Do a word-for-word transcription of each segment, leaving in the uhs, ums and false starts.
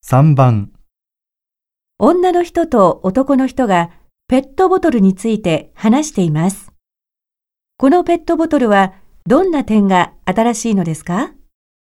さんばん。 女の人と男の人がペットボトルについて話しています。このペットボトルはどんな点が新しいのですか？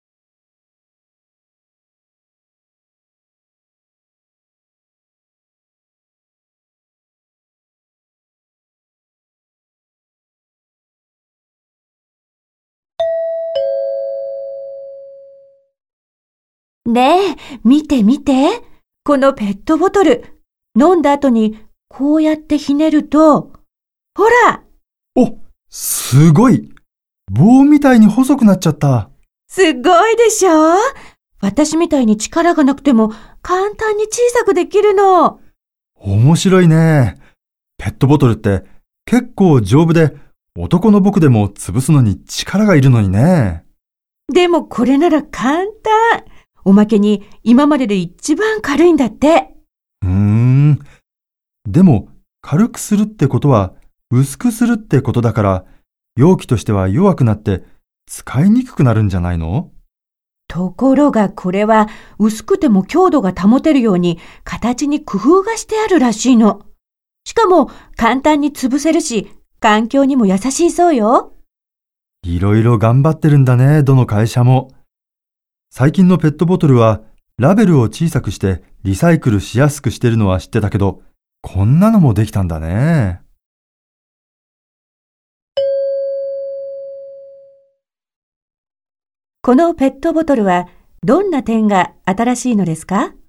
ねえ、見て見て。このペットボトル。飲んだ後にこうやってひねると、ほら！ お、すごい。棒みたいに細くなっちゃった。 すごいでしょ？私みたいに力がなくても簡単に小さくできるの。 面白いね。ペットボトルって結構丈夫で、男の僕でも潰すのに力がいるのにね。 でもこれなら簡単。おまけに今までで一番軽いんだって。 うーん。でも軽くするってことは薄くするってことだから、容器としては弱くなって使いにくくなるんじゃないの？ ところがこれは薄くても強度が保てるように形に工夫がしてあるらしいの。しかも簡単に潰せるし、環境にも優しいそうよ。 いろいろ頑張ってるんだね、どの会社も。最近のペットボトルはラベルを小さくしてリサイクルしやすくしてるのは知ってたけど、こんなのもできたんだね。 このペットボトルはどんな点が新しいのですか？